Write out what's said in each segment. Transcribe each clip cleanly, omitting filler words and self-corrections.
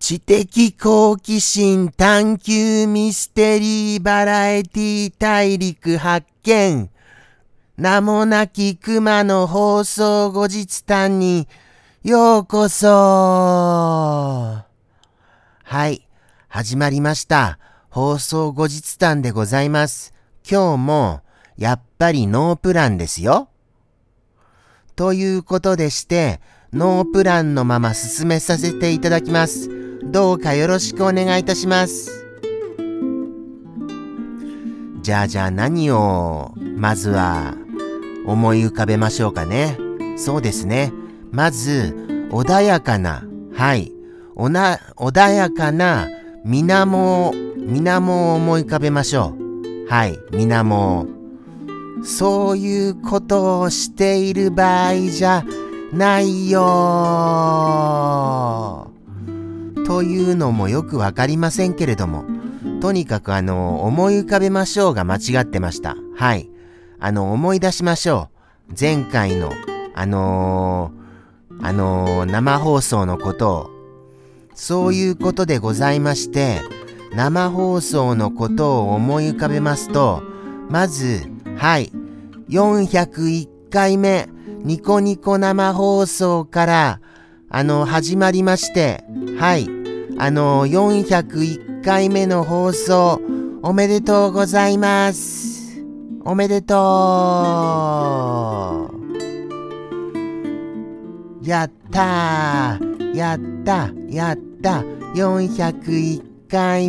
知的好奇心探求ミステリーバラエティ大陸発見。名もなき熊の放送後日談にようこそ。はい、始まりました。放送後日談でございます。今日もやっぱりノープランですよ。ということでして、ノープランのまま進めさせていただきます。どうかよろしくお願いいたします。じゃあ何をまずは思い浮かべましょうかね。そうですね。まず穏やかな、穏やかな水面を思い浮かべましょう。はい、水面。そういうことをしている場合じゃないよというのもよくわかりませんけれども、とにかく思い浮かべましょうが間違ってました。はい。思い出しましょう。前回の生放送のことを。そういうことでございまして、生放送のことを思い浮かべますと、まず、はい、401回目ニコニコ生放送から始まりまして、はい、401回目の放送おめでとうございます。おめでとう。やったー、やった401回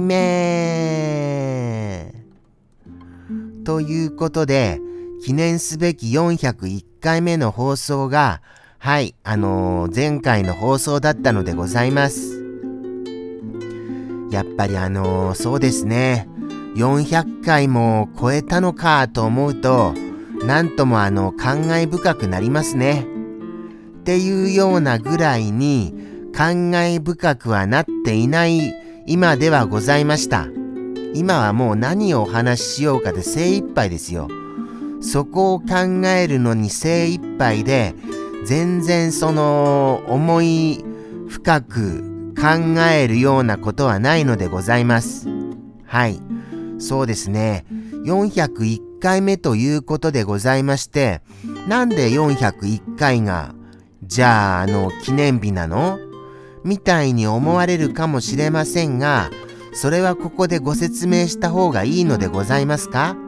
目ということで、記念すべき401回目の放送が、はい、前回の放送だったのでございます。やっぱりそうですね、400回も超えたのかと思うと、なんとも感慨深くなりますね。っていうようなぐらいに感慨深くはなっていない今ではございました。今はもう何をお話ししようかで精一杯ですよ。そこを考えるのに精一杯で、全然思い深く考えるようなことはないのでございます。はい、そうですね。401回目ということでございまして、なんで401回がじゃあ記念日なのみたいに思われるかもしれませんが、それはここでご説明した方がいいのでございますか？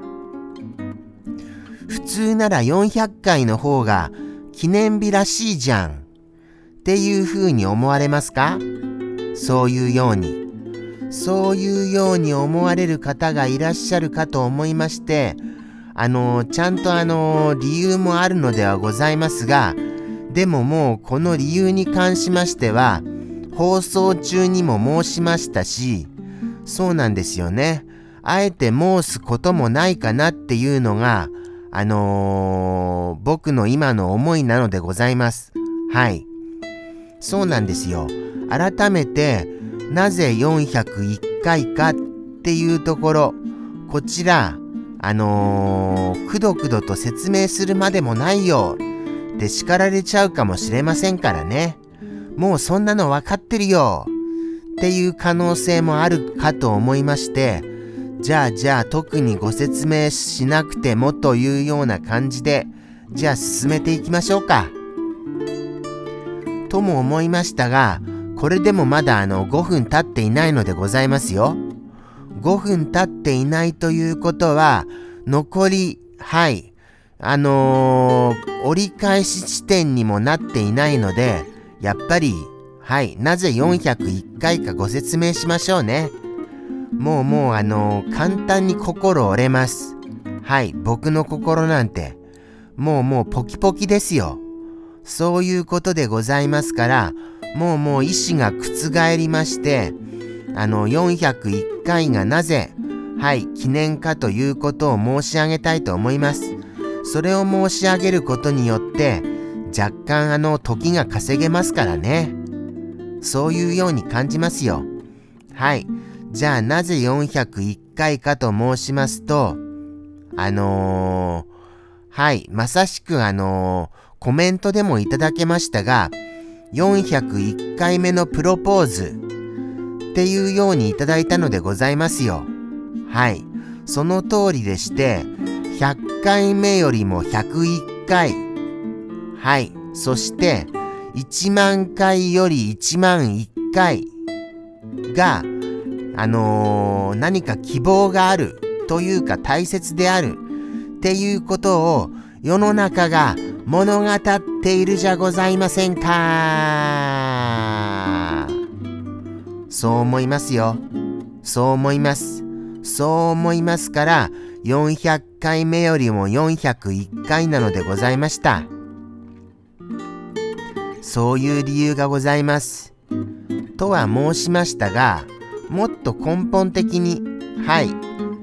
普通なら400回の方が記念日らしいじゃんっていう風に思われますか？そういうように思われる方がいらっしゃるかと思いまして、ちゃんと理由もあるのではございますが、でももうこの理由に関しましては放送中にも申しましたし、そうなんですよね。あえて申すこともないかなっていうのが僕の今の思いなのでございます。はい。そうなんですよ。改めて、なぜ401回かっていうところ、こちら、くどくどと説明するまでもないよって叱られちゃうかもしれませんからね。もうそんなの分かってるよっていう可能性もあるかと思いまして、じゃあ特にご説明しなくてもというような感じで、じゃあ進めていきましょうか。とも思いましたが、これでもまだ5分経っていないのでございますよ。5分経っていないということは、残り、はい、折り返し地点にもなっていないので、やっぱり、はい、なぜ401回かご説明しましょうね。もう簡単に心折れます。はい、僕の心なんてもうポキポキですよ。そういうことでございますから、もう意志が覆りまして、401回がなぜ、はい、記念かということを申し上げたいと思います。それを申し上げることによって若干時が稼げますからね。そういうように感じますよ。はい。じゃあなぜ401回かと申しますと、はい、まさしくコメントでもいただけましたが、401回目のプロポーズ、 っていうようにいただいたのでございますよ。はい。その通りでして、100回目よりも101回。はい。そして、1万回より1万1回が、何か希望があるというか大切であるっていうことを世の中が物語っているじゃございませんか。そう思いますよ。そう思います。そう思いますから400回目よりも401回なのでございました。そういう理由がございます。とは申しましたが、もっと根本的に、はい、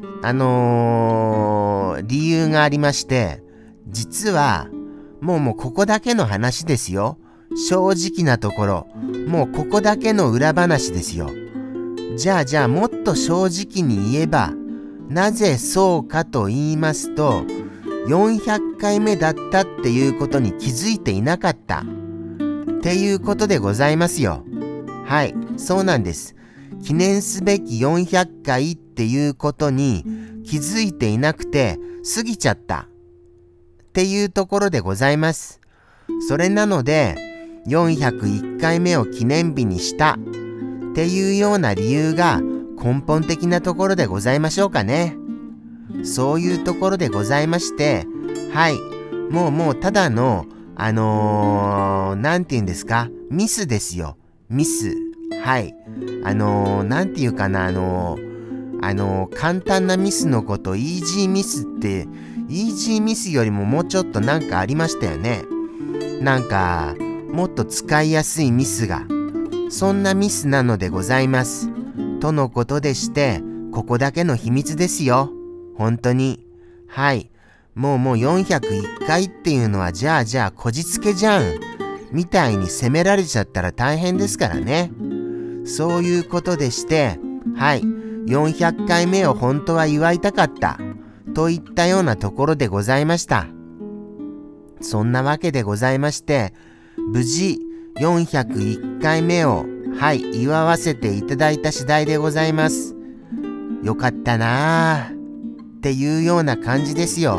理由がありまして、実は、もうここだけの話ですよ。正直なところ、もうここだけの裏話ですよ。じゃあもっと正直に言えば、なぜそうかと言いますと、400回目だったっていうことに気づいていなかったっていうことでございますよ。はい、そうなんです。記念すべき400回っていうことに気づいていなくて過ぎちゃったっていうところでございます。それなので401回目を記念日にしたっていうような理由が根本的なところでございましょうかね。そういうところでございまして、はい、もうただのなんて言うんですか、ミスですよ。ミス。はい。なんていうかな、簡単なミスのこと、イージーミスって、イージーミスよりももうちょっとなんかありましたよね。なんか、もっと使いやすいミスが。そんなミスなのでございます。とのことでして、ここだけの秘密ですよ。本当に。はい。もう401回っていうのはじゃあこじつけじゃん。みたいに責められちゃったら大変ですからね。そういうことでして、はい、400回目を本当は祝いたかったといったようなところでございました。そんなわけでございまして、無事401回目を、はい、祝わせていただいた次第でございます。よかったなーっていうような感じですよ。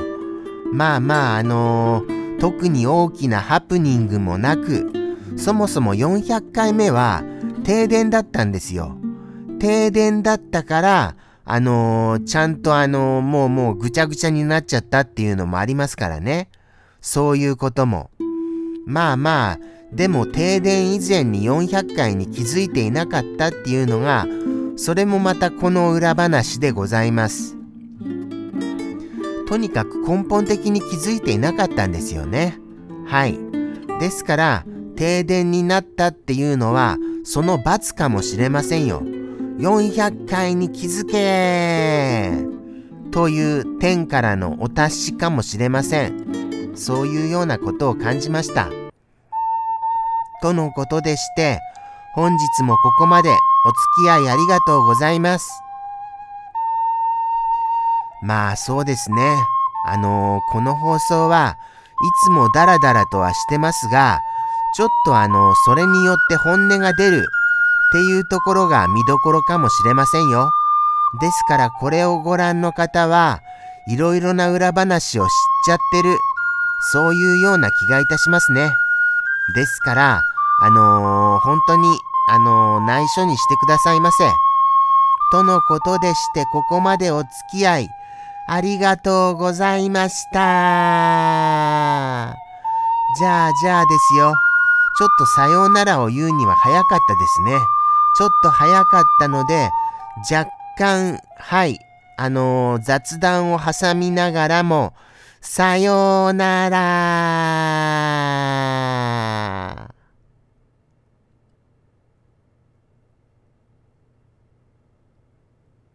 特に大きなハプニングもなく、そもそも400回目は停電だったんですよ。停電だったから、ちゃんともうぐちゃぐちゃになっちゃったっていうのもありますからね。そういうことも。でも停電以前に400回に気づいていなかったっていうのが、それもまたこの裏話でございます。とにかく根本的に気づいていなかったんですよね。はい。ですから、停電になったっていうのは、その罰かもしれませんよ。400回に気づけという天からのお達しかもしれません。そういうようなことを感じました。とのことでして、本日もここまでお付き合いありがとうございます。そうですね。この放送はいつもダラダラとはしてますが、ちょっとそれによって本音が出るっていうところが見どころかもしれませんよ。ですからこれをご覧の方はいろいろな裏話を知っちゃってる、そういうような気がいたしますね。ですから本当に内緒にしてくださいませ。とのことでして、ここまでお付き合いありがとうございました。じゃあですよ。ちょっとさようならを言うには早かったですね。ちょっと早かったので、若干、はい、雑談を挟みながらも、さようなら。